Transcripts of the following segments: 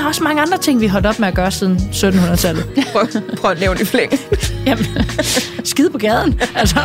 også mange andre ting, vi holdt op med at gøre siden 1700-tallet. Prøv at nævne i flæng. Jamen, skide på gaden, altså.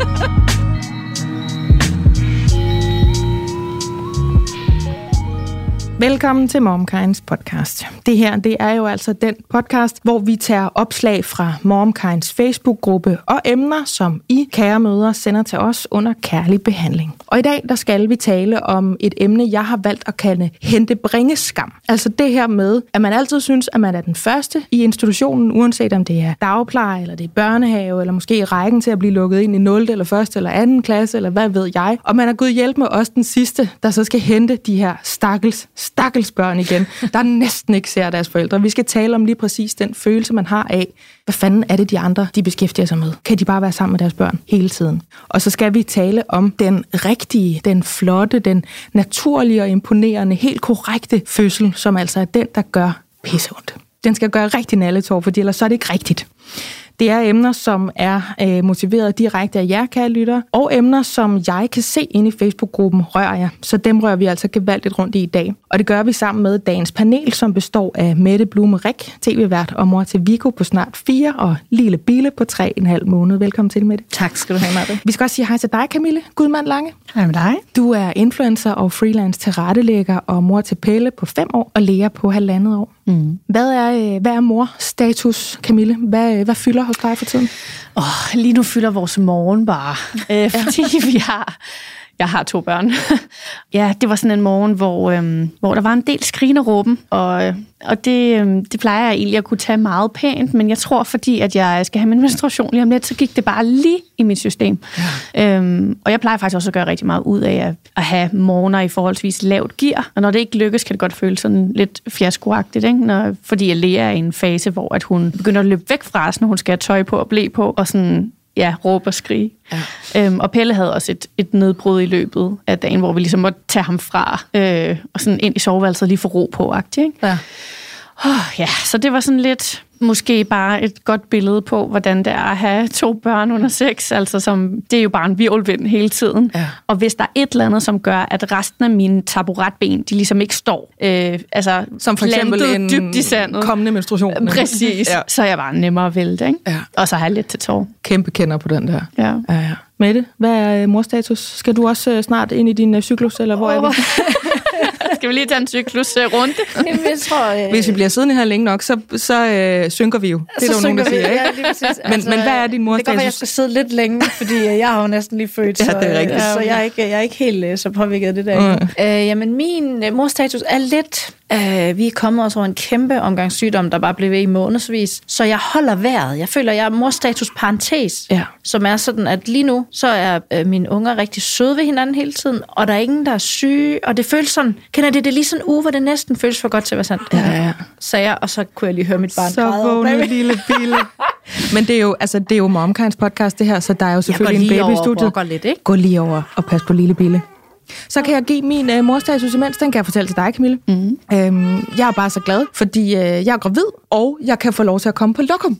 Velkommen til MomKinds podcast. Det her, det er jo altså den podcast, hvor vi tager opslag fra MomKinds Facebook-gruppe og emner, som I, kære mødre, sender til os under kærlig behandling. Og i dag, der skal vi tale om et emne, jeg har valgt at kalde hente-bringe-skam. Altså det her med, at man altid synes, at man er den første i institutionen, uanset om det er dagpleje, eller det er børnehave, eller måske i rækken til at blive lukket ind i 0. eller 1. eller 2. klasse, eller hvad ved jeg. Og man er gået hjælp med os den sidste, der så skal hente de her stakkels børn igen, der næsten ikke ser deres forældre. Vi skal tale om lige præcis den følelse, man har af, hvad fanden er det, de andre, de beskæftiger sig med? Kan de bare være sammen med deres børn hele tiden? Og så skal vi tale om den rigtige, den flotte, den naturlige og imponerende, helt korrekte fødsel, som altså er den, der gør pisseondt. Den skal gøre rigtig nalletår, for ellers så er det ikke rigtigt. Det er emner, som er motiveret direkte af jer, kære lyttere, og emner, som jeg kan se inde i Facebook-gruppen Rør jer. Så dem rører vi altså gevaldigt rundt i dag. Og det gør vi sammen med dagens panel, som består af Mette Blume Rik, tv-vært og mor til Viggo på snart 4, og Lille Bille på 3,5 måneder. Velkommen til, Mette. Tak skal du have, Mette. Vi skal også sige hej til dig, Camille Gudmand Lange. Hej med dig. Du er influencer og freelance tilrettelægger og mor til Pelle på 5 år og Lea på 1,5 år. Mm. Hvad er mor-status, Camille? Hvad fylder hos dig for tiden? Lige nu fylder vores morgen bare, fordi jeg har 2 børn. Ja, det var sådan en morgen, hvor der var en del skrigende råben, og det plejer jeg egentlig at kunne tage meget pænt, men jeg tror, fordi at jeg skal have min menstruation lige om lidt, så gik det bare lige i mit system. Ja. Og jeg plejer faktisk også at gøre rigtig meget ud af at have morgener i forholdsvis lavt gear, og når det ikke lykkes, kan det godt føles sådan lidt fiaskoagtigt, ikke? Fordi jeg Lea er i en fase, hvor at hun begynder at løbe væk fra os, når hun skal have tøj på og ble på, og sådan råbe og skrige. Ja. Og Pelle havde også et nedbrud i løbet af dagen, hvor vi ligesom måtte tage ham fra og sådan ind i soveværelset lige få ro på-agtigt. Ikke? Ja. Så det var sådan lidt måske bare et godt billede på, hvordan det er at have 2 børn under 6. Altså det er jo bare en hvirvelvind hele tiden. Ja. Og hvis der er et eller andet, som gør, at resten af mine taburetben, de ligesom ikke står som for eksempel en dybt i sandet, kommende menstruation. Præcis. Ja. Så er jeg bare nemmere at vælte. Ikke? Ja. Og så har jeg lidt til tår. Kæmpe kender på den der. Ja. Ja. Mette, hvad er morstatus? Skal du også snart ind i din cyklus, eller hvor er vi? Skal vi lige tage en cyklus-runde? Jamen, jeg tror, Hvis vi bliver siddende her længe nok, så synker vi jo. Det er der nogen, der siger, ikke? Ja, men hvad er din morstatus? Det kan godt være, jeg skal sidde lidt længe, fordi jeg har jo næsten lige født, ja, det er rigtigt. Så jeg er ikke helt så påvirket af det der. Jamen, min morstatus er lidt... vi er kommet også over en kæmpe omgang sygdom, der bare blev ved i månedsvis. Så jeg holder vejret. Jeg føler, jeg er morstatus parentes, som er sådan, at lige nu, så er mine unger rigtig søde ved hinanden hele tiden, og der er ingen, der er syge, og det føles sådan, kender det er lige sådan en uge, hvor det næsten føles for godt til at være sandt. Ja. Sagde jeg, og så kunne jeg lige høre mit barn så græde. Så vågne, lille Bille. Men det er jo MomKinds podcast, det her, så der er jo selvfølgelig en baby i studiet. Gå lige over og pas på lille Bille. Så kan jeg give min morstatus imens, den kan jeg fortælle til dig, Camille. Mm-hmm. Jeg er bare så glad, fordi jeg er gravid, og jeg kan få lov til at komme på lokum.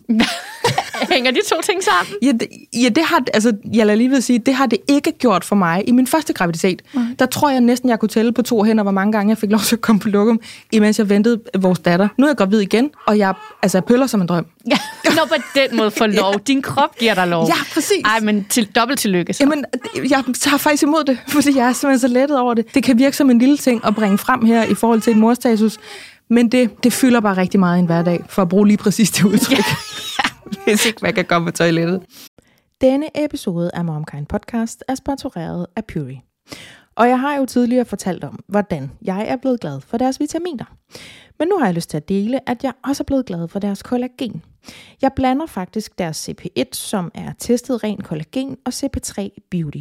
Hænger de 2 ting sammen? Det har, jeg lader lige ved at sige, det har det ikke gjort for mig. I min første graviditet, der tror jeg næsten, jeg kunne tælle på 2 hænder, hvor mange gange jeg fik lov til at komme på lokum, imens jeg ventede vores datter. Nu er jeg gravid igen, og jeg pøller som en drøm. Ja, når på den måde får lov. Din krop giver dig lov. Ja, præcis. Ej, men dobbelt tillykke så. Jamen, jeg tager faktisk imod det, fordi jeg er simpelthen så lettet over det. Det kan virke som en lille ting at bringe frem her i forhold til et morstatus, men det fylder bare rigtig meget i en hverdag, for at bruge lige præcis det udtryk. Ja. Hvis ikke man kan komme på toilettet. Denne episode af MomKind Podcast er sponsoreret af Pury. Og jeg har jo tidligere fortalt om, hvordan jeg er blevet glad for deres vitaminer. Men nu har jeg lyst til at dele, at jeg også er blevet glad for deres kollagen. Jeg blander faktisk deres CP1, som er testet ren kollagen, og CP3 Beauty.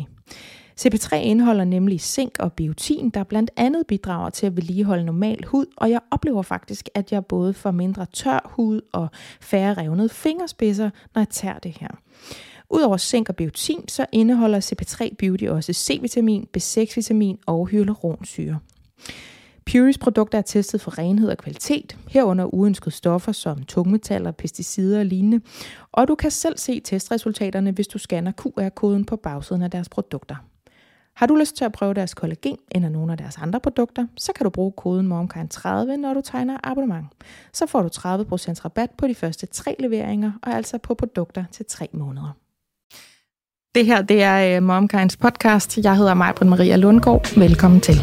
CP3 indeholder nemlig zink og biotin, der blandt andet bidrager til at vedligeholde normal hud, og jeg oplever faktisk, at jeg både får mindre tør hud og færre revnede fingerspidser, når jeg tager det her. Udover zink og biotin, så indeholder CP3 Beauty også C-vitamin, B6-vitamin og hyaluronsyre. Purys produkter er testet for renhed og kvalitet, herunder uønskede stoffer som tungmetaller, pesticider og lignende, og du kan selv se testresultaterne, hvis du scanner QR-koden på bagsiden af deres produkter. Har du lyst til at prøve deres kollagen eller nogle af deres andre produkter, så kan du bruge koden MomKind30, når du tegner abonnement. Så får du 30% rabat på de første 3 leveringer, og altså på produkter til 3 måneder. Det her, det er MomKinds podcast. Jeg hedder Maj-Britt Maria Lundgaard. Velkommen til.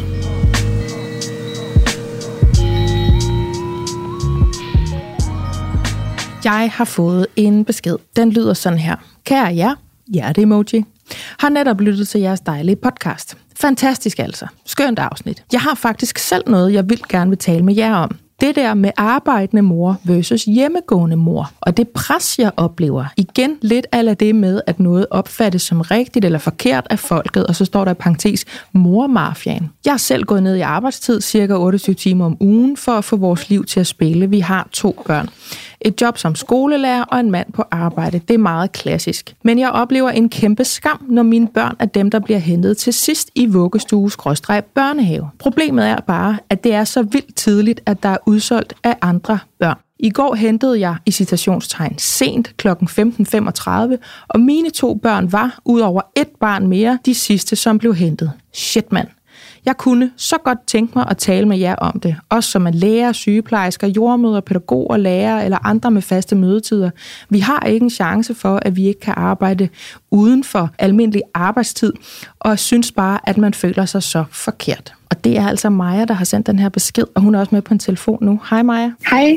Jeg har fået en besked. Den lyder sådan her. Kære jer, hjerte-emoji, har netop lyttet til jeres dejlige podcast. Fantastisk altså. Skønt afsnit. Jeg har faktisk selv noget, jeg vil gerne vil tale med jer om. Det der med arbejdende mor versus hjemmegående mor, og det pres, jeg oplever. Igen lidt af det med, at noget opfattes som rigtigt eller forkert af folket, og så står der i parentes mormafiaen. Jeg har selv gået ned i arbejdstid, cirka 28 timer om ugen, for at få vores liv til at spille. Vi har 2 børn. Et job som skolelærer og en mand på arbejde. Det er meget klassisk. Men jeg oplever en kæmpe skam, når mine børn er dem, der bliver hentet til sidst i vuggestue/børnehave. Problemet er bare, at det er så vildt tidligt, at der er udsolgt af andre børn. I går hentede jeg i citationstegn sent kl. 15.35, og mine 2 børn var, ud over 1 barn mere, de sidste, som blev hentet. Shit, mand. Jeg kunne så godt tænke mig at tale med jer om det, også som en lærer, sygeplejersker, jordmødre, pædagoger, lærere eller andre med faste mødetider. Vi har ikke en chance for, at vi ikke kan arbejde uden for almindelig arbejdstid, og synes bare, at man føler sig så forkert. Og det er altså Maja, der har sendt den her besked, og hun er også med på en telefon nu. Hej Maja. Hej.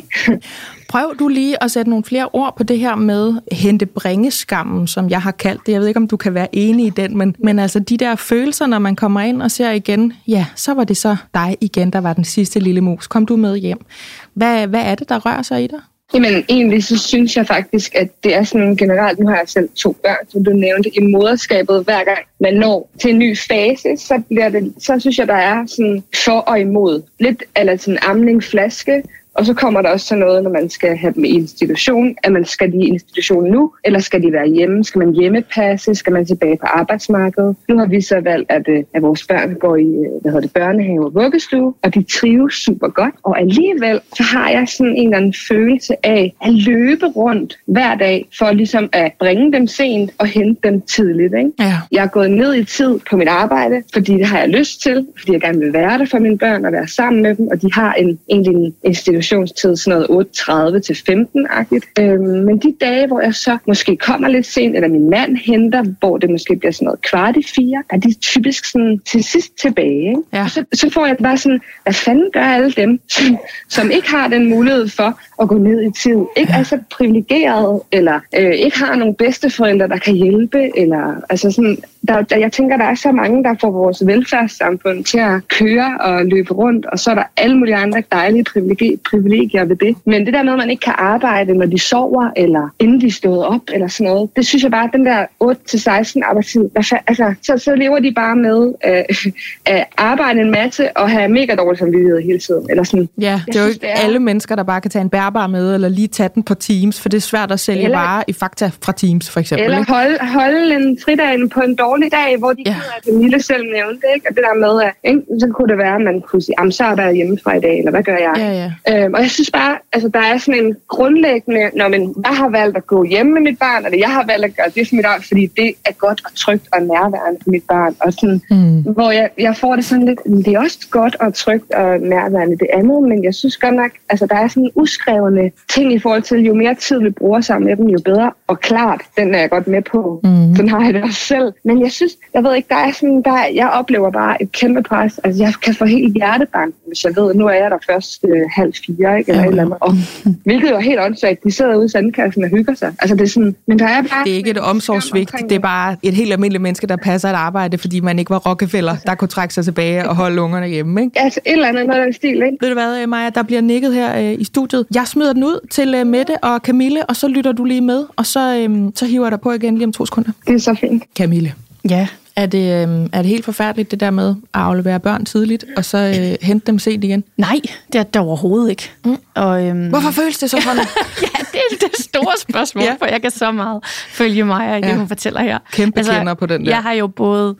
Prøv du lige at sætte nogle flere ord på det her med hente-bringe-skammen, som jeg har kaldt det. Jeg ved ikke, om du kan være enig i den, men altså de der følelser, når man kommer ind og ser igen, ja, så var det så dig igen, der var den sidste lille mus. Kom du med hjem. Hvad er det, der rører sig i dig? Jamen egentlig så synes jeg faktisk, at det er sådan generelt, nu har jeg selv 2 børn, som du nævnte, i moderskabet. Hver gang man når til en ny fase, så synes jeg, der er sådan for og imod. Lidt eller sådan amning flaske. Og så kommer der også sådan noget, når man skal have dem i institution. At man skal de i institution nu, eller skal de være hjemme? Skal man hjemmepasse? Skal man tilbage på arbejdsmarkedet? Nu har vi så valgt, at vores børn går i børnehave og vuggestue, og de trives super godt. Og alligevel så har jeg sådan en eller anden følelse af at løbe rundt hver dag, for ligesom at bringe dem sent og hente dem tidligt. Ikke? Ja. Jeg er gået ned i tid på mit arbejde, fordi det har jeg lyst til, fordi jeg gerne vil være der for mine børn og være sammen med dem, og de har en institutionstid, sådan noget 8:30 til 15-agtigt. Men de dage, hvor jeg så måske kommer lidt sent, eller min mand henter, hvor det måske bliver sådan noget 3:15, er de typisk sådan til sidst tilbage. Ikke? Ja. Og så får jeg bare sådan, hvad fanden gør alle dem, som ikke har den mulighed for at gå ned i tid, ikke er så privilegeret, eller ikke har nogle bedsteforældre, der kan hjælpe, eller altså sådan, jeg tænker, der er så mange, der får vores velfærdssamfund til at køre og løbe rundt, og så er der alle mulige andre dejlige privilegier ved det. Men det der med, at man ikke kan arbejde, når de sover, eller inden de stod op, eller sådan noget, det synes jeg bare, den der 8-16 arbejdstid, altså, så lever de bare med at arbejde en masse, og have mega dårlig samvittighed hele tiden. Eller sådan. Ja, det er jo ikke alle mennesker, der bare kan tage en bærbar med, eller lige tage den på Teams, for det er svært at sælge varer i Fakta fra Teams, for eksempel. Eller holde en fridag på en dårlig dag, hvor de gider, at Mille selv nævnte, ikke? Og det der med, at så kunne det være, at man kunne sige, så er der hjemmefra i dag, eller hvad gør jeg? Ja. Og jeg synes bare, altså der er sådan en grundlæggende, jeg har valgt at gå hjemme med mit barn, eller jeg har valgt at gøre det for mit barn, fordi det er godt og trygt og nærværende for mit barn. Og sådan, hvor jeg får det sådan lidt, det er også godt og trygt og nærværende det andet, men jeg synes godt nok, altså der er sådan uskrevne ting i forhold til, jo mere tid vi bruger sammen med dem, jo bedre. Og klart, den er jeg godt med på. Sådan har jeg det også selv. Men jeg synes, jeg ved ikke, der er sådan, jeg oplever bare et kæmpe pres. Altså jeg kan få helt hjertebanken, hvis jeg ved, nu er jeg der først 3:30, ikke? Eller et eller andet. Og, hvilket jo er helt åndssvagt. De sidder ude i sandkassen og hygger sig. Altså det er sådan, men der er bare... Det er ikke et omsorgsvigt, det er bare et helt almindeligt menneske, der passer et arbejde, fordi man ikke var Rockefeller, der kunne trække sig tilbage og holde ungerne hjemme, ikke? Altså et eller andet noget af den stil, ikke? Ved du hvad, Maja, der bliver nikket her i studiet. Jeg smider den ud til Mette og Camille, og så lytter du lige med, og så hiver jeg dig på igen lige om 2 sekunder. Det er så fint. Camille. Ja. Er det helt forfærdeligt, det der med at aflevere børn tidligt, og så hente dem sent igen? Nej, det er det overhovedet ikke. Og, hvorfor føles det så sådan? Ja, det er det store spørgsmål, for jeg kan så meget følge mig i det, hun fortæller her. Kæmpe kender på den der. Jeg har jo både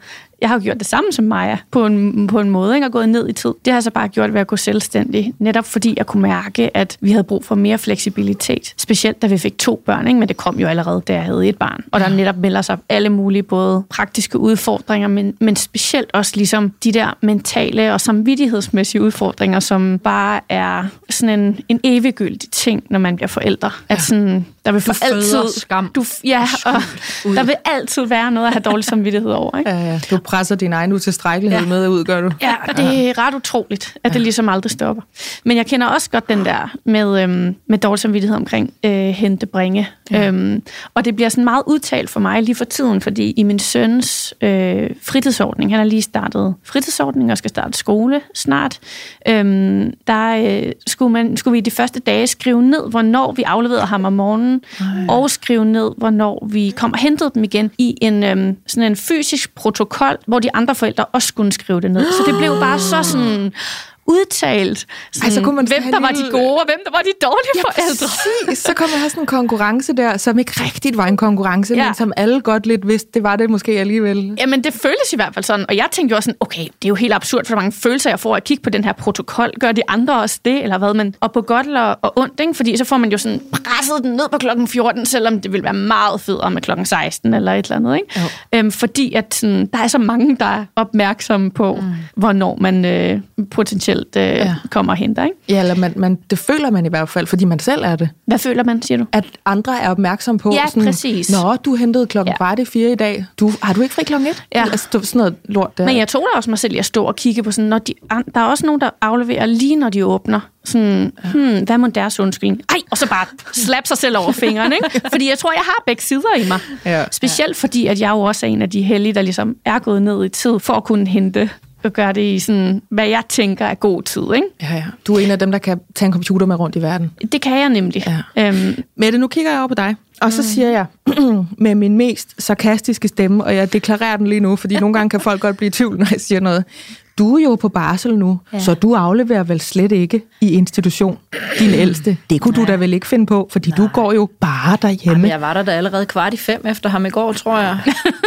Jeg har jo gjort det samme som Maja på en måde, ikke? Og gået ned i tid. Det har jeg så bare gjort ved at gå selvstændig. Netop fordi jeg kunne mærke, at vi havde brug for mere fleksibilitet. Specielt da vi fik 2 børn, ikke? Men det kom jo allerede, da jeg havde et barn. Og der netop melder sig alle mulige både praktiske udfordringer, men specielt også ligesom de der mentale og samvittighedsmæssige udfordringer, som bare er sådan en eviggyldig ting, når man bliver forældre. At sådan, der vil for altid skam. Der vil altid være noget at have dårlig samvittighed over, ikke? Ja. Du presser din egen utilstrækkelighed med ud, gør du? Ja, det er ret utroligt, at det ligesom aldrig stopper. Men jeg kender også godt den der med dårlig samvittighed omkring hente, bringe. Og det bliver sådan meget udtalt for mig lige for tiden, fordi i min søns fritidsordning, han har lige startet fritidsordning og skal starte skole snart, skulle vi de første dage skrive ned, hvornår vi afleverede ham om morgenen, og skrive ned, hvornår vi kom og hentede dem igen i sådan en fysisk protokol, hvor de andre forældre også skulle skrive det ned. Så det blev bare så sådan udtalt, sådan, så kunne man hvem der var de gode, og hvem der var de dårlige forældre. Præcis. Så kunne man have sådan en konkurrence der, som ikke rigtigt var en konkurrence, men som alle godt lidt vidste, det var det måske alligevel. Jamen, det føles i hvert fald sådan, og jeg tænkte jo også sådan, okay, det er jo helt absurd, for mange følelser, jeg får at kigge på den her protokol. Gør de andre også det, eller hvad? Men, og på godt og ondt, ikke? Fordi så får man jo sådan presset den ned på klokken 14, selvom det ville være meget federe med klokken 16, eller et eller andet, ikke? Fordi at sådan, der er så mange, der er opmærksomme på, hvornår man potentielt kommer og henter, ikke? Ja, eller det føler man i hvert fald, fordi man selv er det. Hvad føler man, siger du? At andre er opmærksom på, ja, sådan, præcis. Nå, du hentede klokken 3:45 i dag. Har du ikke fri klokken 1? Ja. Altså, sådan noget lort der. Men jeg tog da også mig selv i at stå og kigge på sådan, når der er også nogen, der afleverer lige når de åbner. Sådan, hvad må deres undskyldning? Og så bare slap sig selv over fingrene, ikke? Fordi jeg tror, jeg har begge sider i mig. Ja. Specielt fordi, at jeg jo også er en af de heldige, der ligesom er gået ned i tid for at kunne hente og gøre det i sådan, hvad jeg tænker er god tid, ikke? Ja. Du er en af dem, der kan tage en computer med rundt i verden. Det kan jeg nemlig. Ja. Mette, nu kigger jeg over på dig, og så siger jeg med min mest sarkastiske stemme, og jeg deklarerer den lige nu, fordi nogle gange kan folk godt blive i tvivl, når jeg siger noget. Du er jo på barsel nu, så du afleverer vel slet ikke i institution, din ældste. Det kunne du da vel ikke finde på, fordi du går jo bare derhjemme. Jamen, jeg var der da allerede 4:45 efter ham i går, tror jeg.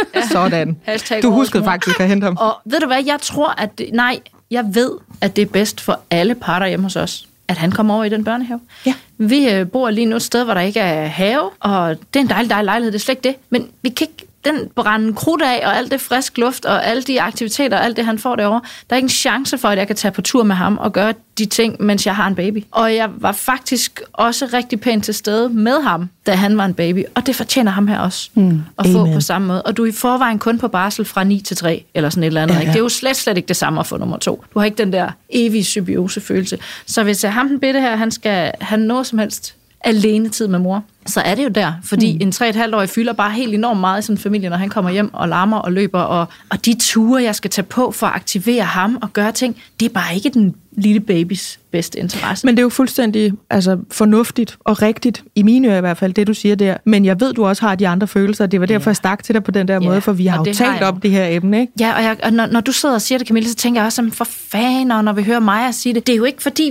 Sådan. Du huskede faktisk at hente ham. Og ved du hvad, jeg tror, at jeg ved, at det er bedst for alle parter hjemme hos os, at han kommer over i den børnehave. Ja. Vi bor lige nu et sted, hvor der ikke er have, og det er en dejlig lejlighed, det er slet ikke det. Men vi kan ikke den brænde krudt af, og alt det frisk luft, og alle de aktiviteter, og alt det, han får derovre. Der er ikke en chance for, at jeg kan tage på tur med ham og gøre de ting, mens jeg har en baby. Og jeg var faktisk også rigtig pænt til stede med ham, da han var en baby. Og det fortjener ham her også at få på samme måde. Og du er i forvejen kun på barsel fra 9 til 3, eller sådan et eller andet. Ja. Ikke? Det er jo slet ikke det samme at få nummer 2. Du har ikke den der evige symbiosefølelse. Så hvis jeg ham den bitte her, han skal have noget som helst alene tid med mor, så er det jo der, fordi en 3,5-årig fylder bare helt enormt meget i sådan en familie, når han kommer hjem og larmer og løber, og de ture, jeg skal tage på for at aktivere ham og gøre ting, det er bare ikke den lille babys bedste interesse. Men det er jo fuldstændig fornuftigt og rigtigt, i mine ører i hvert fald, det du siger der. Men jeg ved, du også har de andre følelser, det var derfor, jeg stak til dig på den der måde, for vi har jo talt om det her emne, ikke? Ja, og når du sidder og siger det, Camilla, så tænker jeg også, for fanden, og når vi hører Maja sige det, det er jo ikke fordi,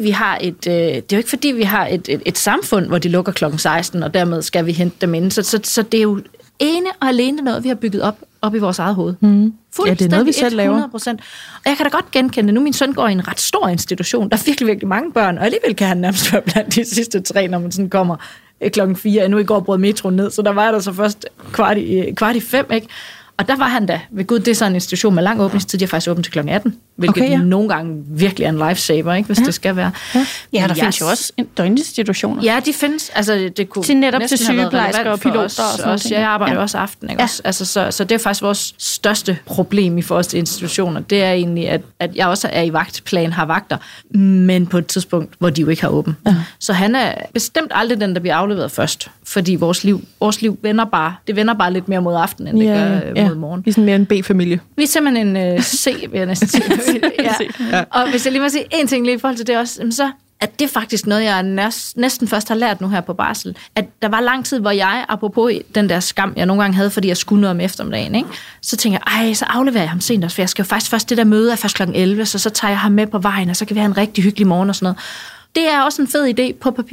vi har et samfund, hvor de lukker klokken 16, og dermed skal vi hente dem ind. Så det er jo ene og alene noget, vi har bygget op i vores eget hoved. Ja, det er noget, vi selv laver. 100%. Og jeg kan da godt genkende det. Nu min søn går i en ret stor institution. Der er virkelig, virkelig mange børn, og alligevel kan han nærmest være blandt de sidste 3, når man sådan kommer klokken 4. Nu i går brød metroen ned, så der var jeg der så først 4:45, ikke? Og der var han da, ved Gud, det er sådan en institution med lang åbningstid, de er faktisk åbent til klokken 18, hvilket nogle gange virkelig er en lifesaver, ikke, hvis det skal være. Ja, der findes jo også døgninstitutioner. Ja, de findes. Altså, det kunne til netop til sygeplejersker og piloter og sådan noget. Jeg arbejder jo også aften, ikke? Også, altså, så det er faktisk vores største problem i forhold til institutioner. Det er egentlig, at jeg også er i vagtplan, har vagter, men på et tidspunkt, hvor de jo ikke har åben. Så han er bestemt aldrig den, der bliver afleveret først, fordi vores liv vender bare lidt mere mod aftenen, end det gør mod morgen. Vi er sådan mere en B-familie. Vi er simpelthen en C, vil jeg næsten sige. Og hvis jeg lige må sige en ting lige i forhold til det også, så at det er faktisk noget, jeg næsten først har lært nu her på barsel. At der var lang tid, hvor jeg, apropos den der skam, jeg nogle gange havde, fordi jeg skulle noget om eftermiddagen, ikke? Så tænker jeg, så afleverer jeg ham sent også, for jeg skal jo faktisk først det der møde er først klokken 11, så tager jeg ham med på vejen, og så kan vi have en rigtig hyggelig morgen og sådan noget. Det er også en fed idé på papiret.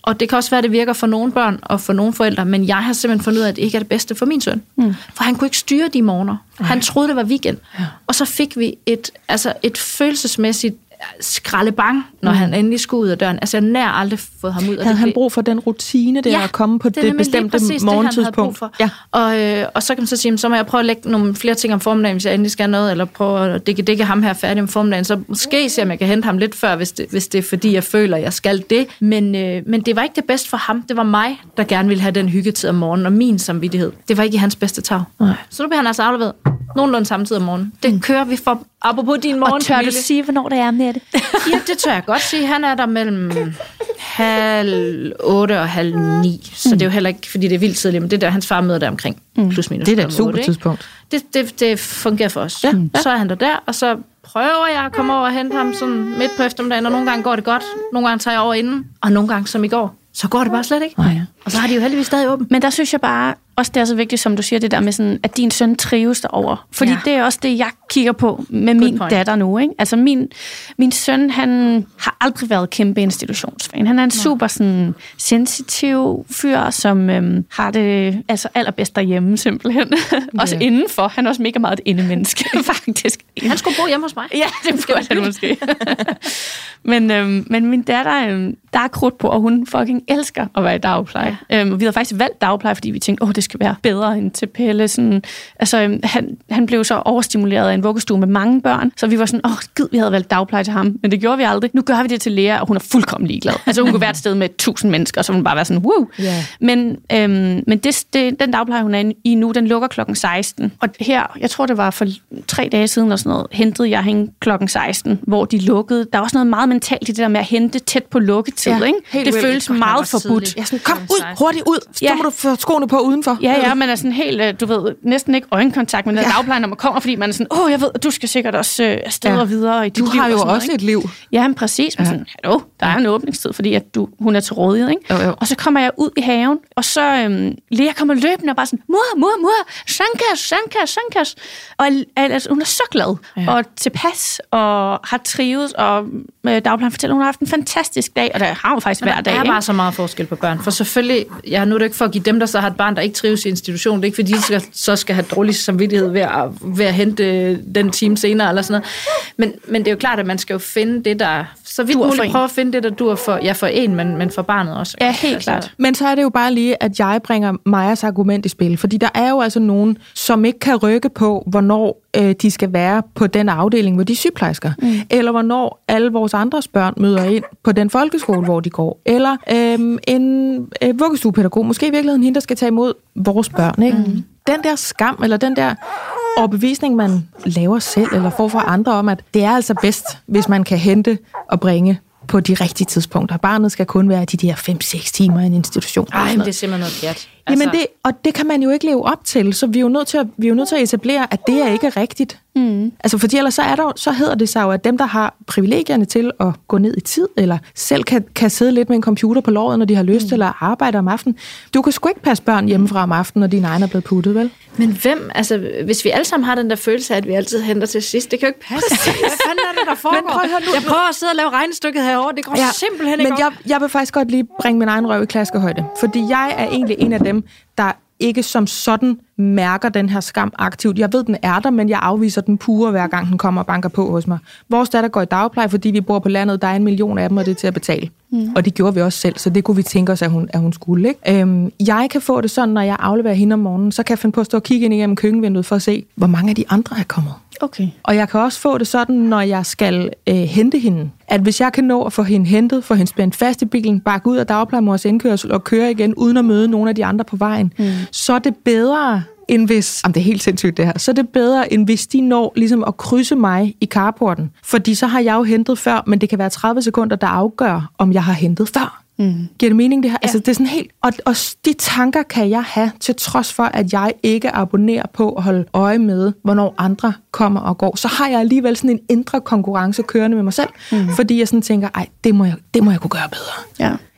Og det kan også være, at det virker for nogle børn og for nogle forældre, men jeg har simpelthen fundet ud af, at det ikke er det bedste for min søn. For han kunne ikke styre de morgener. Han troede, det var weekend. Ja. Og så fik vi et følelsesmæssigt skraldebang, når han endelig skulle ud af døren. Altså, jeg nær aldrig fået ham ud. Havde han brug for den rutine der at komme på det bestemte morgentidspunkt? Ja. Og så kan man så sige, så må jeg prøve at lægge nogle flere ting om formiddagen, hvis jeg endelig skal noget, eller prøve at dække ham her færdig om formiddagen. Så måske se, om jeg kan hente ham lidt før, hvis det er fordi, jeg føler, at jeg skal det. Men det var ikke det bedste for ham. Det var mig, der gerne ville have den hyggetid om morgenen, og min samvittighed. Det var ikke i hans bedste tag. Så nu bliver han altså afleveret nogenlunde samtidig om morgenen. Det kører vi for. Apropos din morgen. Og tør du sige, hvornår det er med det? Ja, det tør jeg godt sige. Han er der mellem 7:30 og 8:30. Så det er jo heller ikke, fordi det er vildt tidligt, men det er der, hans far møder der omkring plus minus. Det er da et super tidspunkt. Det fungerer for os. Ja. Så er han der, og så prøver jeg at komme over og hente ham sådan midt på eftermiddagen, og nogle gange går det godt, nogle gange tager jeg over inden, og nogle gange, som i går, så går det bare slet ikke. Og så har de jo heldigvis stadig åbent. Men der synes jeg bare, også det er så vigtigt, som du siger, det der med sådan, at din søn trives derover. Fordi det er også det, jeg kigger på med min datter nu. Ikke? Altså min søn, han har aldrig været kæmpe institutionsfan. Han er en super sådan, sensitiv fyr, som har det altså allerbedst derhjemme simpelthen. Også indenfor. Han er også mega meget et indemenneske, faktisk. Han skulle bo hjemme hos mig. Ja, det burde han måske. Men min datter, der er krudt på, og hun fucking elsker at være i dagpleje. Vi havde faktisk valgt dagpleje, fordi vi tænkte, det skal være bedre end til Pelle. Sådan, altså, han blev så overstimuleret af en vuggestue med mange børn, så vi var sådan, gid, vi havde valgt dagpleje til ham, men det gjorde vi aldrig. Nu gør vi det til Lea, og hun er fuldkommen ligeglad. Altså, hun kunne være et sted med 1000 mennesker, og så hun bare være sådan, wow. Yeah. Men den dagpleje, hun er i nu, den lukker klokken 16. Og her, jeg tror, det var for 3 dage siden, eller sådan noget, hentede jeg hende klokken 16, hvor de lukkede. Der er også noget meget mentalt i det der med at hente tæt på lukketid, ikke? Det føles meget forbudt. Ja, sådan, kom ud, hurtigt ud, så må du få skoene på udenfor. Ja, man er sådan helt, du ved, næsten ikke øjenkontakt med den dagpleje, når man kommer, fordi man er sådan, jeg ved, du skal sikkert også afsted og videre i dit liv. Du har jo også et liv. Ja, men præcis. Men sådan, hallo, der er en åbningstid, fordi at hun er til rådighed, ikke? Jo. Og så kommer jeg ud i haven, og så Lea kommer løbende og bare sådan, mor, sankas. Og altså, hun er så glad og tilpas og har trivet, og dagplejen fortæller, hun har haft en fantastisk dag, og der har hun faktisk hver dag. Der er bare så meget forskel på børn, for selvfølgelig, nu er det ikke for at give dem, der så har et barn, der ikke trives i institution, det er ikke fordi, de så skal have dårlig samvittighed ved at hente den time senere, eller sådan noget. Men det er jo klart, at man skal jo finde det, der så vidt muligt prøve at finde det, der dur for en, men for barnet også. Ja, helt klart. Men så er det jo bare lige, at jeg bringer Majas argument i spil, fordi der er jo altså nogen, som ikke kan rykke på, hvornår de skal være på den afdeling, hvor de er sygeplejersker, eller hvornår alle vores andres børn møder ind på den folkeskole, hvor de går, eller en vuggestuepædagog, måske i virkeligheden hende, der skal tage imod vores børn, ikke? Den der skam, eller den der overbevisning, man laver selv, eller får fra andre om, at det er altså bedst, hvis man kan hente og bringe på de rigtige tidspunkter. Barnet skal kun være de der 5-6 timer i en institution. Ej, men det er simpelthen noget pjat. Altså. Jamen det kan man jo ikke leve op til, så vi er jo nødt til at etablere, at det er ikke rigtigt. Altså fordi ellers så hedder det sig jo, at dem, der har privilegierne til at gå ned i tid, eller selv kan sidde lidt med en computer på låret, når de har lyst til at arbejde om aftenen. Du kan sgu ikke passe børn hjemmefra om aftenen, når dine egne er blevet puttet, vel? Men hvis vi alle sammen har den der følelse af, at vi altid henter til sidst, det kan jo ikke passe. Hvad fanden er det, der foregår? Jeg prøver at sidde og lave regnestykket herovre, det går simpelthen ikke. Men jeg vil faktisk godt lige bringe min egen røv i klaskehøjde, fordi jeg er egentlig en af dem, der ikke som sådan mærker den her skam aktivt. Jeg ved, den er der, men jeg afviser den pure, hver gang den kommer og banker på hos mig. Vores datter går i dagpleje, fordi vi bor på landet. Der er 1 million af dem, og det er til at betale. Og det gjorde vi også selv, så det kunne vi tænke os, at hun skulle. Ikke? Jeg kan få det sådan, når jeg afleverer hende om morgenen, så kan jeg finde på at stå og kigge ind igennem køkkenvinduet for at se, hvor mange af de andre er kommet. Okay. Og jeg kan også få det sådan, når jeg skal hente hende, at hvis jeg kan nå at få hende hentet, få hende spændt fast i bilen, bakke ud af dagplejemors indkørsel og køre igen, uden at møde nogle af de andre på vejen, så er det bedre, end hvis... det er helt sindssygt det her. Så er det bedre, end hvis de når ligesom at krydse mig i carporten. Fordi så har jeg jo hentet før, men det kan være 30 sekunder, der afgør, om jeg har hentet før. Giver det mening, det her? Ja. Altså, det er sådan helt... Og de tanker kan jeg have, til trods for, at jeg ikke abonnerer på at holde øje med, hvornår andre kommer og går. Så har jeg alligevel sådan en indre konkurrence kørende med mig selv, fordi jeg sådan tænker, det må jeg kunne gøre bedre. Ja.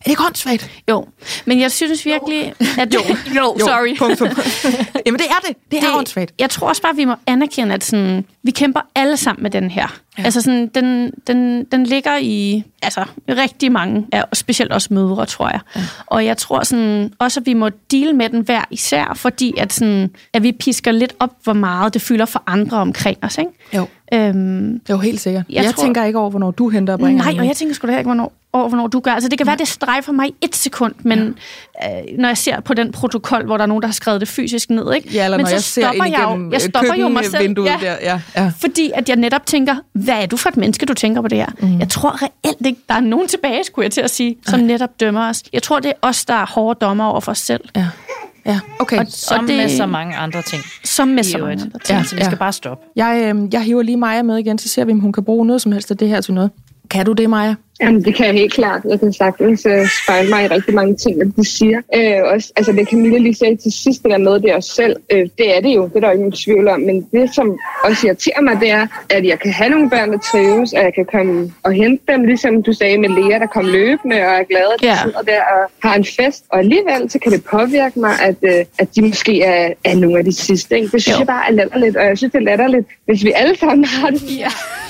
det ikke åndssvagt? Jo, men jeg synes virkelig, at jo, sorry. Punktum. Jamen det er det. Det er åndssvagt. Jeg tror også bare, vi må anerkende, at sådan, vi kæmper alle sammen med den her. Ja. Altså sådan, den ligger i rigtig mange, specielt også mødre, tror jeg. Ja. Og jeg tror sådan, også, at vi må deal med den hver især, fordi at vi pisker lidt op, hvor meget det fylder for andre omkring os, ikke? Jo. Jo, helt sikkert. Jeg tænker ikke over, hvornår du henter og bringer. Nej, og jeg tænker sgu da ikke, hvornår du gør. Altså, det kan være, det strejfer mig i 1 sekund, men når jeg ser på den protokol, hvor der er nogen, der har skrevet det fysisk ned, ikke? Ja, eller men når så jeg ser ind igennem køkkenvinduet der. Ja. Fordi at jeg netop tænker, hvad er du for et menneske, du tænker på det her? Jeg tror reelt ikke, der er nogen tilbage, skulle jeg til at sige, som netop dømmer os. Jeg tror, det er os, der er hårde dommer over for os selv. Ja, okay. Og med så mange andre ting. Som med så mange andre ting. Så vi skal bare stoppe. Jeg hiver lige Maja med igen, så ser vi, om hun kan bruge noget som helst af det her til noget. Kan du det, Maja? Jamen, det kan jeg helt klart. Jeg kan sagtens spejle mig i rigtig mange ting, at de siger. Også, altså, det Camilla lige sagde til sidst, det der med det os selv, det er det jo. Det er der ikke nogen tvivl om. Men det, som også irriterer mig, det er, at jeg kan have nogle børn, der trives, og jeg kan komme og hente dem, ligesom du sagde med Lea, der kom løbende og er glade, der sidder der og har en fest. Og alligevel, så kan det påvirke mig, at de måske er nogle af de sidste. Ikke? Det synes jeg bare er latterligt, og jeg synes, det er latterligt, hvis vi alle sammen har det. Ja.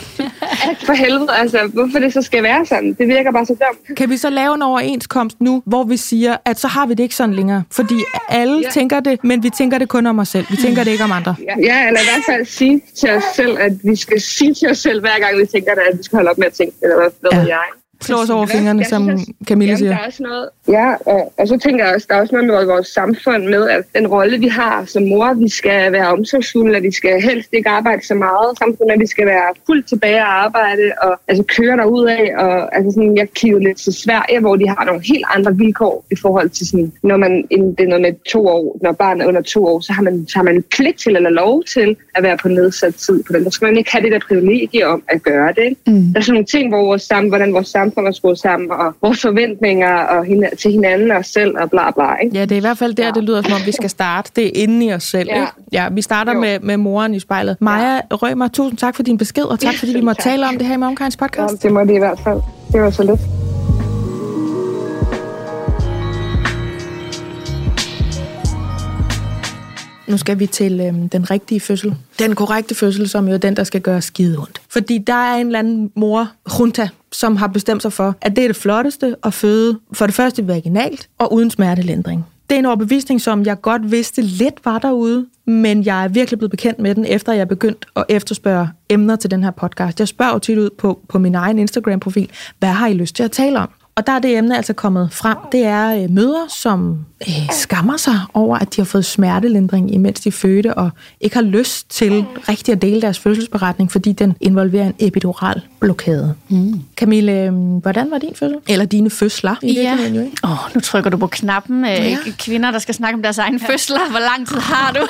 At for helvede, altså, hvorfor det så skal være sådan? Det virker bare så dumt. Kan vi så lave en overenskomst nu, hvor vi siger, at så har vi det ikke sådan længere? Fordi alle tænker det, men vi tænker det kun om os selv. Vi tænker det ikke om andre. Ja, eller i hvert fald sige til os selv, at vi skal sige til os selv, hver gang vi tænker det, at vi skal holde op med at tænke det, eller hvad ved jeg. Slå os over fingrene, som Camilla siger. Der er også noget, og så tænker jeg også, der er også noget med vores samfund med, at den rolle, vi har som mor, vi skal være omsorgsfulde, at vi skal helst ikke arbejde så meget, samtidig med, at vi skal være fuldt tilbage at arbejde, og altså køre derudad, og altså sådan, jeg kiggede lidt til Sverige, hvor de har nogle helt andre vilkår i forhold til sådan, når man, det er noget med 2 år, når barnet er under 2 år, så har man pligt til eller lov til at være på nedsat tid på den. Der skal man ikke have det der privilegie om at gøre det. Der er sådan nogle ting, hvor hvordan vores samfund er skruet sammen, og vores forventninger og til hinanden og os selv og bla bla. Ikke? Ja, det er i hvert fald der, det lyder som om, vi skal starte. Det er inde i os selv. Ikke? Ja, vi starter med moren i spejlet. Maja Rømer, tusind tak for din besked, og tak fordi vi måtte tale om det her i Mom Kinds podcast. Ja, det må det i hvert fald. Det var så lidt. Nu skal vi til den rigtige fødsel. Den korrekte fødsel, som jo er den, der skal gøre skide ondt. Fordi der er en eller anden mor-junta, som har bestemt sig for, at det er det flotteste at føde for det første vaginalt og uden smertelindring. Det er en overbevisning, som jeg godt vidste lidt var derude, men jeg er virkelig blevet bekendt med den, efter jeg begyndte at efterspørge emner til den her podcast. Jeg spørger jo tit ud på min egen Instagram-profil, hvad har I lyst til at tale om? Og der er det emne altså kommet frem. Det er mødre, som skammer sig over, at de har fået smertelindring, imens de fødte, og ikke har lyst til rigtig at dele deres fødselsberetning, fordi den involverer en epidural blokade. Camille, hvordan var din fødsel? Eller dine fødsler? Nu trykker du på knappen. Kvinder, der skal snakke om deres egen fødsler. Hvor lang tid har du?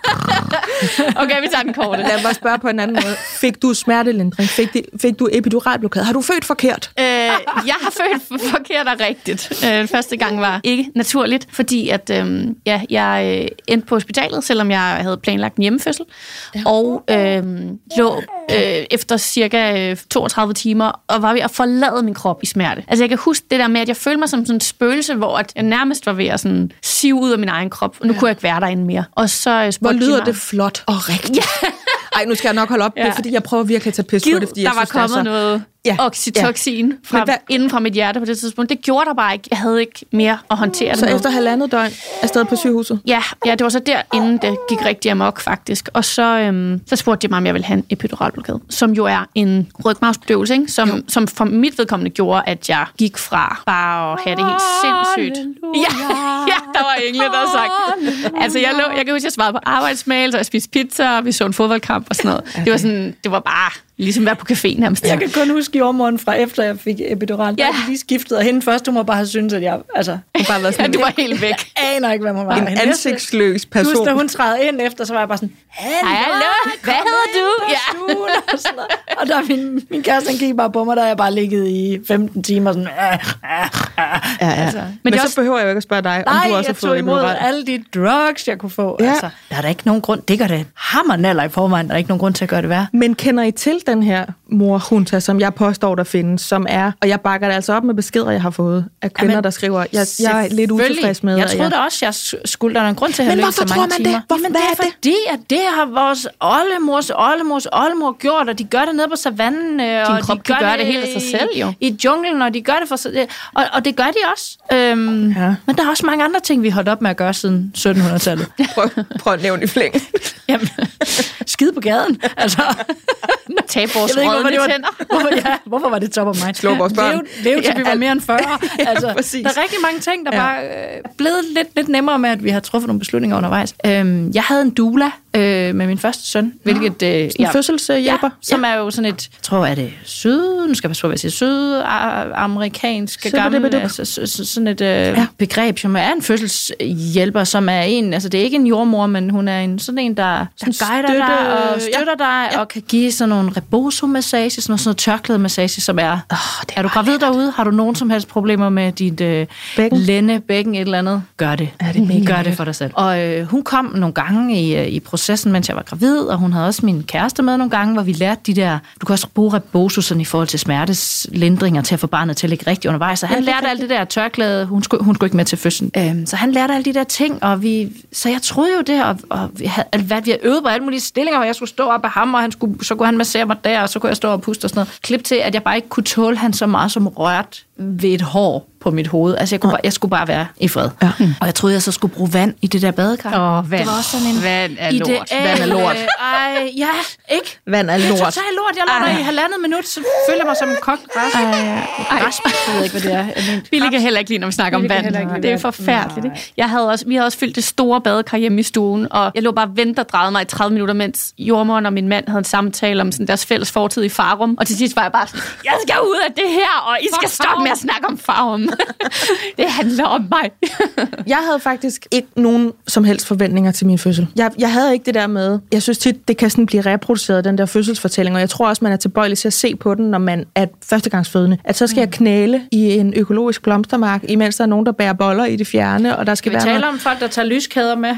Okay, vi tager den korte. Lad mig spørge på en anden måde. Fik du smertelindring? Fik du epidural blokade? Har du født forkert? Jeg har født forkert og rigtigt. Første gang var ikke naturligt, fordi at jeg endte på hospitalet, selvom jeg havde planlagt en hjemmefødsel, og lå efter cirka 32 timer og var ved at forlade min krop i smerte. Altså jeg kan huske det der med, at jeg følte mig som sådan en spøgelse, hvor at jeg nærmest var ved at sådan sive ud af min egen krop, og nu kunne jeg ikke være derinde mere. Og så hvor lyder det flot og rigtigt. Ja. Ej, nu skal jeg nok holde op, fordi jeg prøver virkelig at tage pis på det, fordi der var kommet noget oxytocin inden fra mit hjerte på det tidspunkt. Det gjorde der bare ikke. Jeg havde ikke mere at håndtere. Så efter 1,5 døgn afsted på sygehuset? Ja, det var så der, inden det gik rigtig amok, faktisk. Og så spurgte de mig, om jeg ville have en epiduralblokade, som jo er en rygmarvsbedøvelse, ikke? Som for mit vedkommende gjorde, at jeg gik fra bare at have det helt sindssygt. Ja, der var engle, der havde sagt. Altså, jeg kan huske, at jeg svarede på arbejdsmail, så jeg spiste pizza, og vi så en fodboldkamp og sådan noget. Det var bare ligesom at være på café nærmest. Jeg kan kun huske jordmoren fra efter jeg fik epidural. Jeg lige skiftet, og hende først, hun må bare have syntes, at jeg bare var sådan du var helt væk. Jeg aner ikke, hvad man var. En ansigtsløs person. Just da hun træder ind efter, så var jeg bare sådan, hallo, hvad hedder du? Og der min kæreste, han gik bare på mig, der jeg bare ligget i 15 timer sådan... Altså. Men så behøver jeg jo ikke at spørge dig, om du også har fået imod alle de drugs, jeg kunne få. Ja. Altså, der er der ikke nogen grund. Det gør det hammernaller i forvejen. Der er ikke nogen grund til at gøre det værre. Men kender I til den her morhunta, som jeg påstår, der findes, som er, og jeg bakker det altså op med beskeder, jeg har fået af kvinder, der skriver, jeg er lidt utilfreds med. Jeg troede da også, jeg skulle der en grund til at have løbet så mange timer. Men det er fordi, at det har vores oldemor gjort, og de gør det nede på savannen. Din krop kan gøre det helt af sig selv, jo. I junglen, og de gør det for sig. Og det gør de også. Men der er også mange andre ting, vi holdt op med at gøre siden 1700-tallet. Prøv at nævne i flæng. Jamen, skide på gaden. Altså, tag vores rådne tænder. Hvorfor var det top of mind? Slå vores børn. Lev til vi var mere end 40. Altså, der er rigtig mange ting, der bare er blevet lidt nemmere med, at vi har truffet nogle beslutninger undervejs. Jeg havde en doula med min første søn, hvilket... en fødselshjælper? Som er jo sådan et, jeg tror, er det nu skal jeg passe på, hvad jeg siger, sydamerikansk gammel, altså sådan et begreb, som er en fødselshjælper, som er en, altså det er ikke en jordmor, men hun er sådan en, der guider dig og støtter dig, og kan give sådan nogle rebozo-massage, sådan noget tørklæde-massage, som er er du gravid derude? Har du nogen som helst problemer med dit lænde, bækken, et eller andet? Gør det. Gør det for dig selv. Og hun kom nogle gange i processen, mens jeg var gravid, og hun havde også min kæreste med nogle gange, hvor vi lærte de der, du kan også bruge rebozo sådan i forhold til smerteslindringer til at få barnet til at ligge rigtigt undervejs. Så han lærte alt det der tørklæde, hun skulle ikke med til fødslen. Så han lærte alle de der ting, så jeg troede jo det, og vi havde øvet på alle mulige stillinger, hvor jeg skulle stå op af ham, og så kunne han massere mig der, og så kunne jeg stå og puste og sådan noget. Klip til, at jeg bare ikke kunne tåle han så meget som rørt ved et hår på mit hoved. Altså, jeg skulle bare være i fred. Ja. Og jeg troede, jeg så skulle bruge vand i det der badekar. Vand. Det var også sådan en... Vand er lort. Vand er lort. Ja, ikke? Vand er lort. Det er totalt lort. Jeg lå der i 1,5 minut, så føler jeg mig som en kogt græs. Jeg ved ikke, hvad det er. Billy kan heller ikke lide, når vi snakker om vand. Det er forfærdeligt. Vi havde også fyldt det store badekar hjemme i stuen, og jeg lå bare og ventede og drejede mig i 30 minutter, mens jordmoren og min mand havde en samtale om sådan deres fælles fortid i Farum. Og til sidst var jeg bare sådan, jeg skal ud af det her, og I skal stoppe med at snakke om Farum. Det handler om mig. Jeg havde faktisk ikke nogen som helst forventninger til min fødsel. Jeg havde ikke det der med, jeg synes tit, det kan sådan blive reproduceret, den der fødselsfortælling, og jeg tror også, man er tilbøjelig til at se på den, når man er førstegangsfødende. At så skal jeg knæle i en økologisk blomstermark, imens der er nogen, der bærer boller i det fjerne, og der skal være vi taler om folk, der tager lyskæder med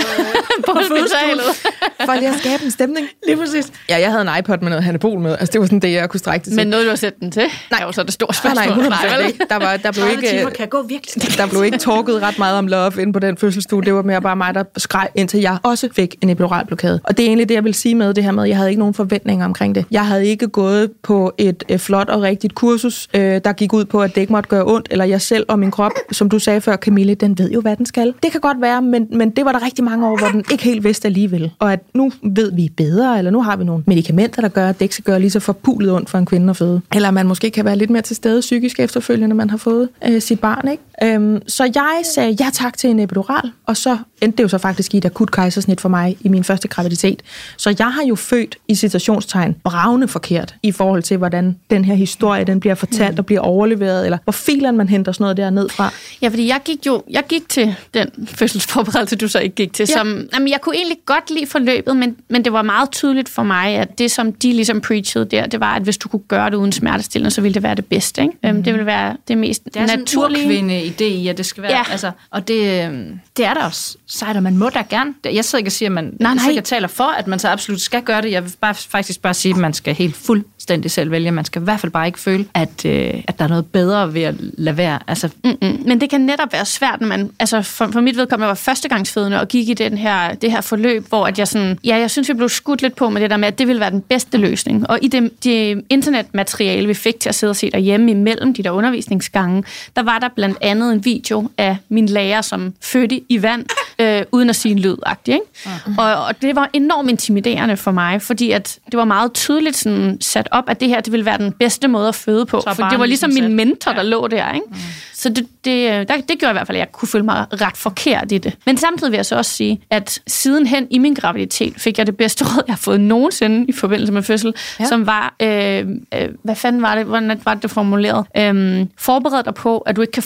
på fødselsdagen. For lige at skabe en stemning. Lige præcis. Ja, jeg havde en iPod med noget Hannibal med. Altså, det var sådan det, jeg kunne strække det til. Men noget, du har sætte den til? Nej, jo, så er det stort spørgsmål. Nej, ikke. Der blev ikke, kan gå virkelig. Der blev ikke talket ret meget om love inde på den fødselsstue. Det var mere bare mig, der skreg, indtil jeg også fik en epiduralblokade. Og det er egentlig det, jeg vil sige med det her med, jeg havde ikke nogen forventninger omkring det. Jeg havde ikke gået på et flot og rigtigt kursus, der gik ud på, at det ikke måtte gøre ondt, eller jeg selv og min krop, som du sagde før, Camille, den ved jo, hvad den skal. Det kan godt være, men det var der rigtig mange år, hvor den ikke helt vidste alligevel. Og at nu ved vi bedre, eller nu har vi nogle medicamenter, der gør, at det ikke skal gøre lige så forpulet ondt for en kvinde at føde. Eller man måske kan være lidt mere til stede psykisk efterfølgende, når man har fået sit barn, ikke? Så jeg sagde ja tak til en epidural, og så endte det jo så faktisk i et akut kejsersnit for mig i min første graviditet. Så jeg har jo født i citationstegn bravende forkert i forhold til, hvordan den her historie, den bliver fortalt og bliver overleveret, eller hvor filen man henter sådan noget der ned fra. Ja, fordi jeg gik til den fødselsforberedelse, du så ikke gik til. Jeg kunne egentlig godt lide forløbet, men det var meget tydeligt for mig, at det, som de ligesom preachede der, det var, at hvis du kunne gøre det uden smertestillende, så ville det være det bedste. Ikke? Det ville være det mest naturlige. Det er sådan en urkvinde-idé i, at det skal være. Ja. Altså, og det er der også sejt, og man må da gerne. Jeg sidder ikke og siger, at man ikke taler for, at man så absolut skal gøre det. Jeg vil faktisk bare sige, at man skal helt fuldstændig selv vælge. Man skal i hvert fald bare ikke føle, at der er noget bedre ved at lade være. Altså. Men det kan netop være svært, når man, altså for mit vedkommende, jeg var førstegangsfødende og gik i det her forløb, hvor at jeg sådan, jeg synes, vi blev skudt lidt på med det der med, at det ville være den bedste løsning. Og i det internetmateriale, vi fik til at sidde og se derhjemme imellem de der undervisningsgange, der var der blandt andet en video af min lærer, som fødte i vand, uden at sige en lyd-agtig, ikke? Og det var enormt intimiderende for mig, fordi at det var meget tydeligt sådan sat op, at det her, det ville være den bedste måde at føde på. For det var ligesom min mentor, der lå der, ikke? Så det gjorde i hvert fald, at jeg kunne føle mig ret forkert i det. Men samtidig vil jeg så også sige, at sidenhen i min graviditet fik jeg det bedste råd, jeg har fået nogensinde i forbindelse med fødsel, som var, hvad fanden var det? Hvordan var det formuleret? Forbered dig på, at du ikke kan forberede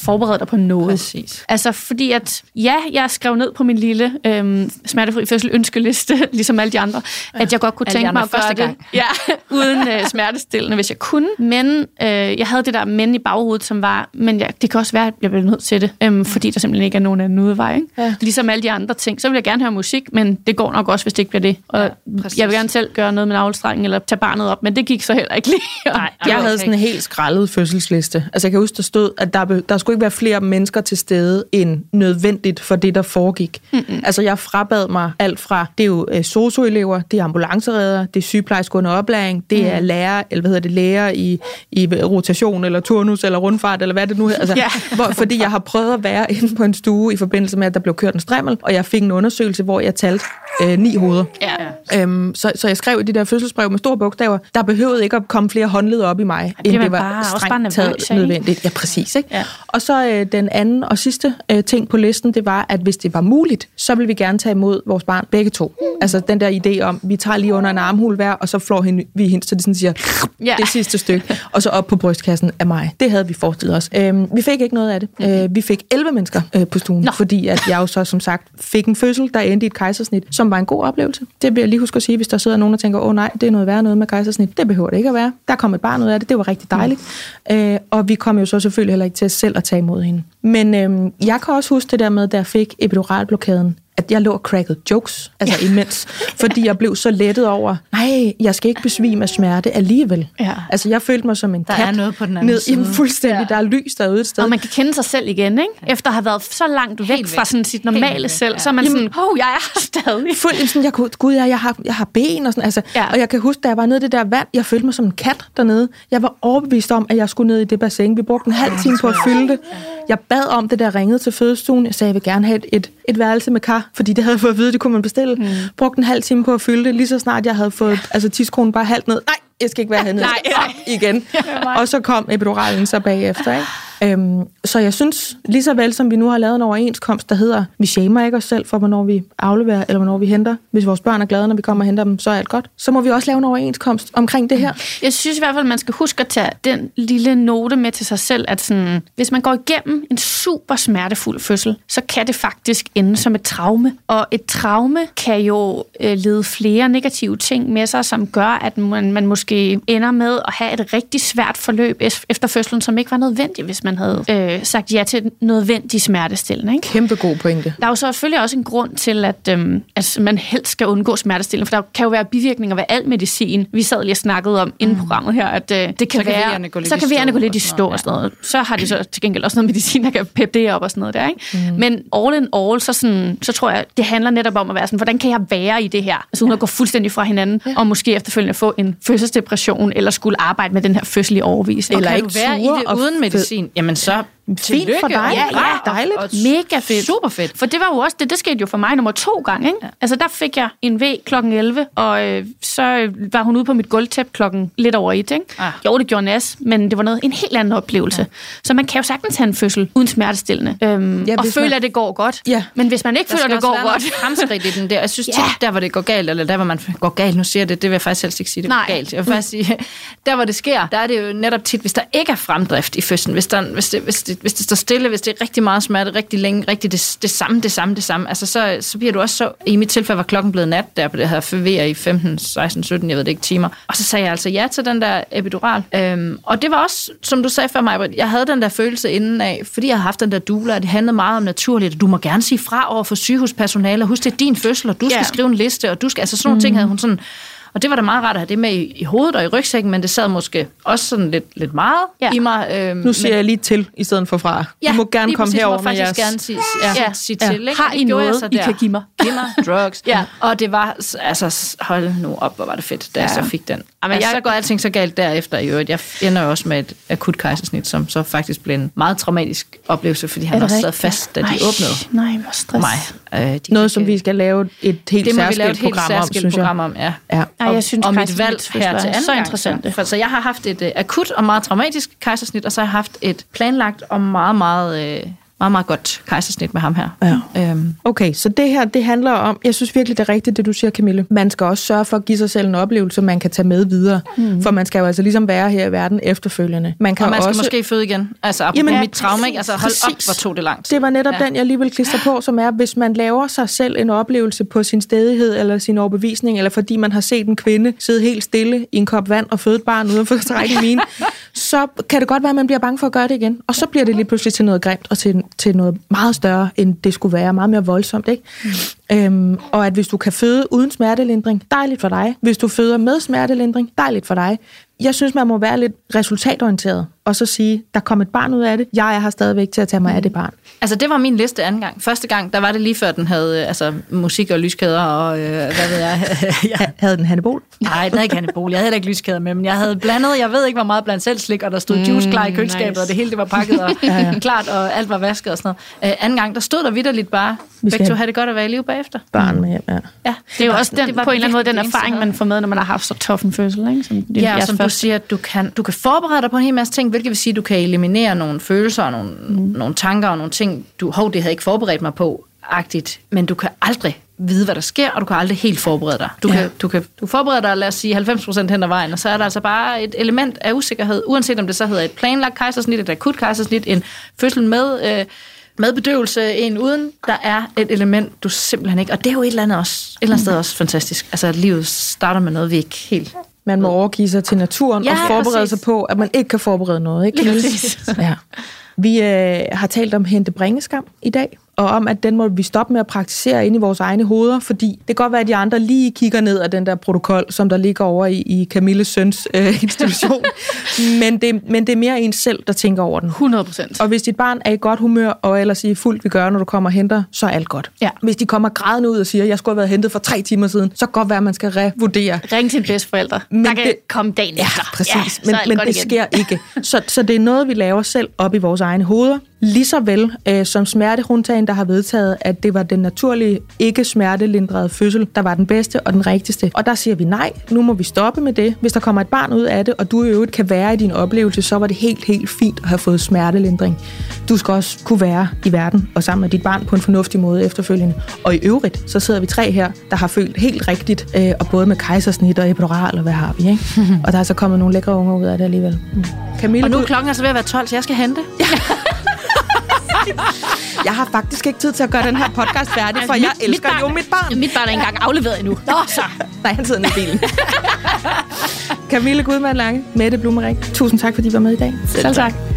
dig på noget. Præcis. Altså fordi at, jeg skrev ned på min lille smertefri fødsel ønskeliste, ligesom alle de andre, at jeg godt kunne tænke mig at gøre det uden smertestillende, hvis jeg kunne. Men jeg havde det der men i baghovedet, som var, men det kan også være, at jeg bliver nødt til det, fordi der simpelthen ikke er nogen anden udvej. Ikke? Ja. Ligesom alle de andre ting. Så vil jeg gerne høre musik, men det går nok også, hvis det ikke bliver det. Og jeg vil gerne selv gøre noget med navlestrengen, eller tage barnet op, men det gik så heller ikke lige. Nej, jeg havde sådan en helt skrællet fødselsliste. Altså jeg kan huske, der stod, at der skulle ikke være flere mennesker til stede end nødvendigt for det, der foregik. Altså jeg frabad mig alt fra, det er jo sosu-elever, det er ambulanceredder, det er sygeplejersker under oplæring, det er lærer, eller læger i rotation, eller turnus, eller rundfart, eller hvad det nu hedder. Altså, fordi jeg har prøvet at være inde på en stue i forbindelse med, at der blev kørt en strimmel, og jeg fik en undersøgelse, hvor jeg talte 9 hoveder. Ja. Så jeg skrev i de der fødselsbrev med store bogstaver, der behøvede ikke at komme flere håndled op i mig, end det var strengt taget nødvendigt. Ja, præcis. Ikke? Ja. Og så den anden og sidste ting på listen, det var, at hvis det var muligt, så ville vi gerne tage imod vores barn begge to. Altså den der idé om, vi tager lige under en armhul hver, og så flår vi hende, så det sådan siger, det sidste stykke, og så op på brystkassen af mig. Det havde vi forestillet os. Vi fik ikke noget af det. Vi fik 11 mennesker på stuen, fordi at jeg jo så som sagt fik en fødsel, der endte i et kejsersnit, som var en god oplevelse. Det vil jeg lige huske at sige, hvis der sidder nogen og tænker, nej, det er noget værre noget med kejsersnit. Det behøver det ikke at være. Der kom et barn ud af det. Det var rigtig dejligt. Og vi kom jo så selvfølgelig heller ikke til selv at tage imod hende. Men jeg kan også huske det der med, da jeg fik epiduralblokaden, at jeg lå og crackede jokes, altså imens, fordi jeg blev så lettet over, nej, jeg skal ikke besvime af smerte alligevel. Ja. Altså, jeg følte mig som en kat. Der er noget på den anden side. Fuldstændig, der er lys derude et sted. Og man kan kende sig selv igen, ikke? Efter at have været så langt væk fra sådan sit normale selv, så er man sådan, jeg er her stadig. Fuldt sådan, jeg har ben og sådan, altså, og jeg kan huske, da jeg var nede i det der vand, jeg følte mig som en kat dernede. Jeg var overbevist om, at jeg skulle ned i det bassin. Vi brugte en halv time på at fylde det. Jeg bad om det der, ringede til fødestuen. Jeg sagde, jeg vil gerne have et værelse med kar, fordi det havde jeg fået at vide, det kunne man bestille. Brugte en halv time på at fylde det, lige så snart jeg havde fået tidskronen bare halvt ned. Nej, jeg skal ikke være hernede. Igen. Og så kom epiduralen så bagefter, ikke? Så jeg synes, lige så vel som vi nu har lavet en overenskomst, der hedder, vi shamer ikke os selv for, hvornår vi afleverer, eller hvornår vi henter. Hvis vores børn er glade, når vi kommer og henter dem, så er alt godt. Så må vi også lave en overenskomst omkring det her. Jeg synes i hvert fald, man skal huske at tage den lille note med til sig selv, at sådan, hvis man går igennem en super smertefuld fødsel, så kan det faktisk ende som et traume. Og et traume kan jo lede flere negative ting med sig, som gør, at man måske ender med at have et rigtig svært forløb efter fødslen, som ikke var nødvendigt, hvis man havde sagt ja til nødvendig smertestillende. Ikke? Kæmpe god pointe. Der er jo så selvfølgelig også en grund til, at man helst skal undgå smertestillende, for der kan jo være bivirkninger ved al medicin. Vi sad lige og snakkede om inden programmet her, at det kan være, så kan vejerne gå lidt i stå og sådan noget. Så har de så til gengæld også noget medicin, der kan peppe det op og sådan noget der. Ikke? Men all in all, så tror jeg, det handler netop om at være sådan, hvordan kan jeg være i det her? Altså uden at gå fuldstændig fra hinanden, og måske efterfølgende få en fødselsdepression, eller skulle arbejde med den her fødsel i årevis. Eller ikke være i det uden medicin. Jamen så fint for dig. Ja, dejligt. Mega fedt. Super fedt. For det var jo også det skete jo for mig nummer 2 gange. Ikke? Ja. Altså der fik jeg en V klokken 11, og så var hun ude på mit gulvtæppe klokken lidt over 1. Ikke? Ja. Jo, det gjorde nas, men det var en helt anden oplevelse. Ja. Så man kan jo sagtens have en fødsel uden smertestillende. Og føle, at det går godt. Ja. Men hvis man ikke føler, at det går godt. Fremskridt i den der. Jeg synes tit, der hvor det går galt, eller der hvor man går galt, nu siger jeg det vil jeg faktisk helst ikke sige, det går galt. Jeg vil faktisk sige, der hvor det sker, der er det jo netop tit, hvis der ikke er fremdrift i fødslen, hvis det står stille, hvis det er rigtig meget smerte, rigtig længe, rigtig det samme, altså så bliver du også så, i mit tilfælde var klokken blevet nat, der på det her forvejer i 15, 16, 17, jeg ved det ikke, timer, og så sagde jeg altså ja til den der epidural, og det var også, som du sagde før mig, jeg havde den der følelse inden af, fordi jeg havde haft den der doula, det handlede meget om naturligt, du må gerne sige fra over for sygehuspersonale, husk det er din fødsel, og du skal skrive en liste, og du skal, altså sådan nogle ting havde hun sådan. Og det var da meget rart at have det med i hovedet og i rygsækken, men det sad måske også sådan lidt meget i mig. Nu siger jeg lige til, i stedet for fra. Du må gerne komme herover med jeres... gerne sige til. Ikke? Har I noget, I kan give mig? Giv mig drugs. Og det var, altså hold nu op, hvor var det fedt, da jeg så fik den. Men så går alting så galt derefter i øvrigt. Jeg ender jo også med et akut kejsersnit, som så faktisk blev en meget traumatisk oplevelse, fordi han også sad fast, da de åbnede. Nej, hvor stress. Noget, som vi skal lave et helt særskilt program om, ja. Jeg synes, og mit valg her til anden så interessant. Så jeg har haft et akut og meget traumatisk kejsersnit, og så har jeg haft et planlagt og meget, meget, meget, meget godt kejsersnit med ham her. Ja. Okay, så det her, det handler om, jeg synes virkelig, det er rigtigt, det du siger, Camille. Man skal også sørge for at give sig selv en oplevelse, man kan tage med videre. For man skal jo altså ligesom være her i verden efterfølgende. Man skal måske føde igen. Altså, apropos mit traume, ikke? Altså, hold op, hvor tog det langt. Det var netop den, jeg lige vil klistre på, som er, hvis man laver sig selv en oplevelse på sin stædighed, eller sin overbevisning, eller fordi man har set en kvinde sidde helt stille i en kop vand og føde et barn uden for strække mine, så kan det godt være, at man bliver bange for at gøre det igen. Og så bliver det lige pludselig til noget grimt, og til noget meget større, end det skulle være. Meget mere voldsomt, ikke? Og at hvis du kan føde uden smertelindring, dejligt for dig. Hvis du føder med smertelindring, dejligt for dig. Jeg synes, man må være lidt resultatorienteret, og så sige, der kom et barn ud af det. Jeg er her stadigvæk til at tage mig af det barn. Altså, det var min liste anden gang. Første gang, der var det lige før, den havde musik og lyskæder, og hvad ved jeg. Havde den Hannibol? Nej, den havde ikke Hannibol. Jeg havde heller ikke lyskæder med, men jeg havde blandet, jeg ved ikke, hvor meget blandt selv slik, og der stod juice klar i køleskabet, og det hele det var pakket og klart, og alt var vasket og sådan noget. Anden gang, der stod der vitterligt bare, begge to havde det godt at være i live bagefter. Barn med hjem, ja. Det er jo også på en eller anden måde den erfaring, man får med, når man har haft så tof en fødsel, ikke? Som du siger, at du kan forberede dig på en hel masse ting, hvilket vil sige, at du kan eliminere nogle følelser og nogle tanker og nogle ting, det havde jeg ikke forberedt mig på, agtigt, men du kan aldrig vide, hvad der sker, og du kan aldrig helt forberede dig. Du forbereder dig, lad os sige, 90% hen ad vejen, og så er der altså bare et element af usikkerhed, uanset om det så hedder et planlagt kejsersnit, et akut kejsersnit, en fødsel med bedøvelse, en uden, der er et element, du simpelthen ikke, og det er jo et eller andet sted også fantastisk. Altså, at livet starter med noget, vi ikke helt... Man må overgive sig til naturen og forberede sig på, at man ikke kan forberede noget, ikke? Ja. Vi har talt om hente bringeskam i dag, og om, at den må vi stoppe med at praktisere inde i vores egne hoveder, fordi det kan godt være, at de andre lige kigger ned af den der protokol, som der ligger over i Camilles søns institution. men det er mere en selv, der tænker over den. 100%. Og hvis dit barn er i godt humør, og ellers i fuldt vi gør, når du kommer og henter, så er alt godt. Ja. Hvis de kommer grædende ud og siger, jeg skulle have været hentet for 3 timer siden, så kan godt være, at man skal revurdere. Ring til bedsteforældre. Der kan komme dagen efter. Præcis. Ja, men det sker ikke. Så det er noget, vi laver selv op i vores egne hoveder. Lige så vel som smertehundtagen, der har vedtaget, at det var den naturlige, ikke smertelindrede fødsel, der var den bedste og den rigtigste. Og der siger vi nej, nu må vi stoppe med det. Hvis der kommer et barn ud af det, og du i øvrigt kan være i din oplevelse, så var det helt, helt fint at have fået smertelindring. Du skal også kunne være i verden og sammen med dit barn på en fornuftig måde efterfølgende. Og i øvrigt, så sidder vi 3 her, der har følt helt rigtigt, og både med kejsersnit og epidural, og hvad har vi, ikke? Og der er så kommet nogle lækre unger ud af det alligevel. Camille, og nu er klokken altså ved at være 12, så jeg skal hente. Jeg har faktisk ikke tid til at gøre den her podcast færdig, for jeg elsker jo mit barn. Mit barn er ikke engang afleveret endnu. Nå, så. Nej, han sidder nede i bilen. Camille Gudmann Lange, Mette Blumerik, tusind tak, fordi I var med i dag. Selv tak.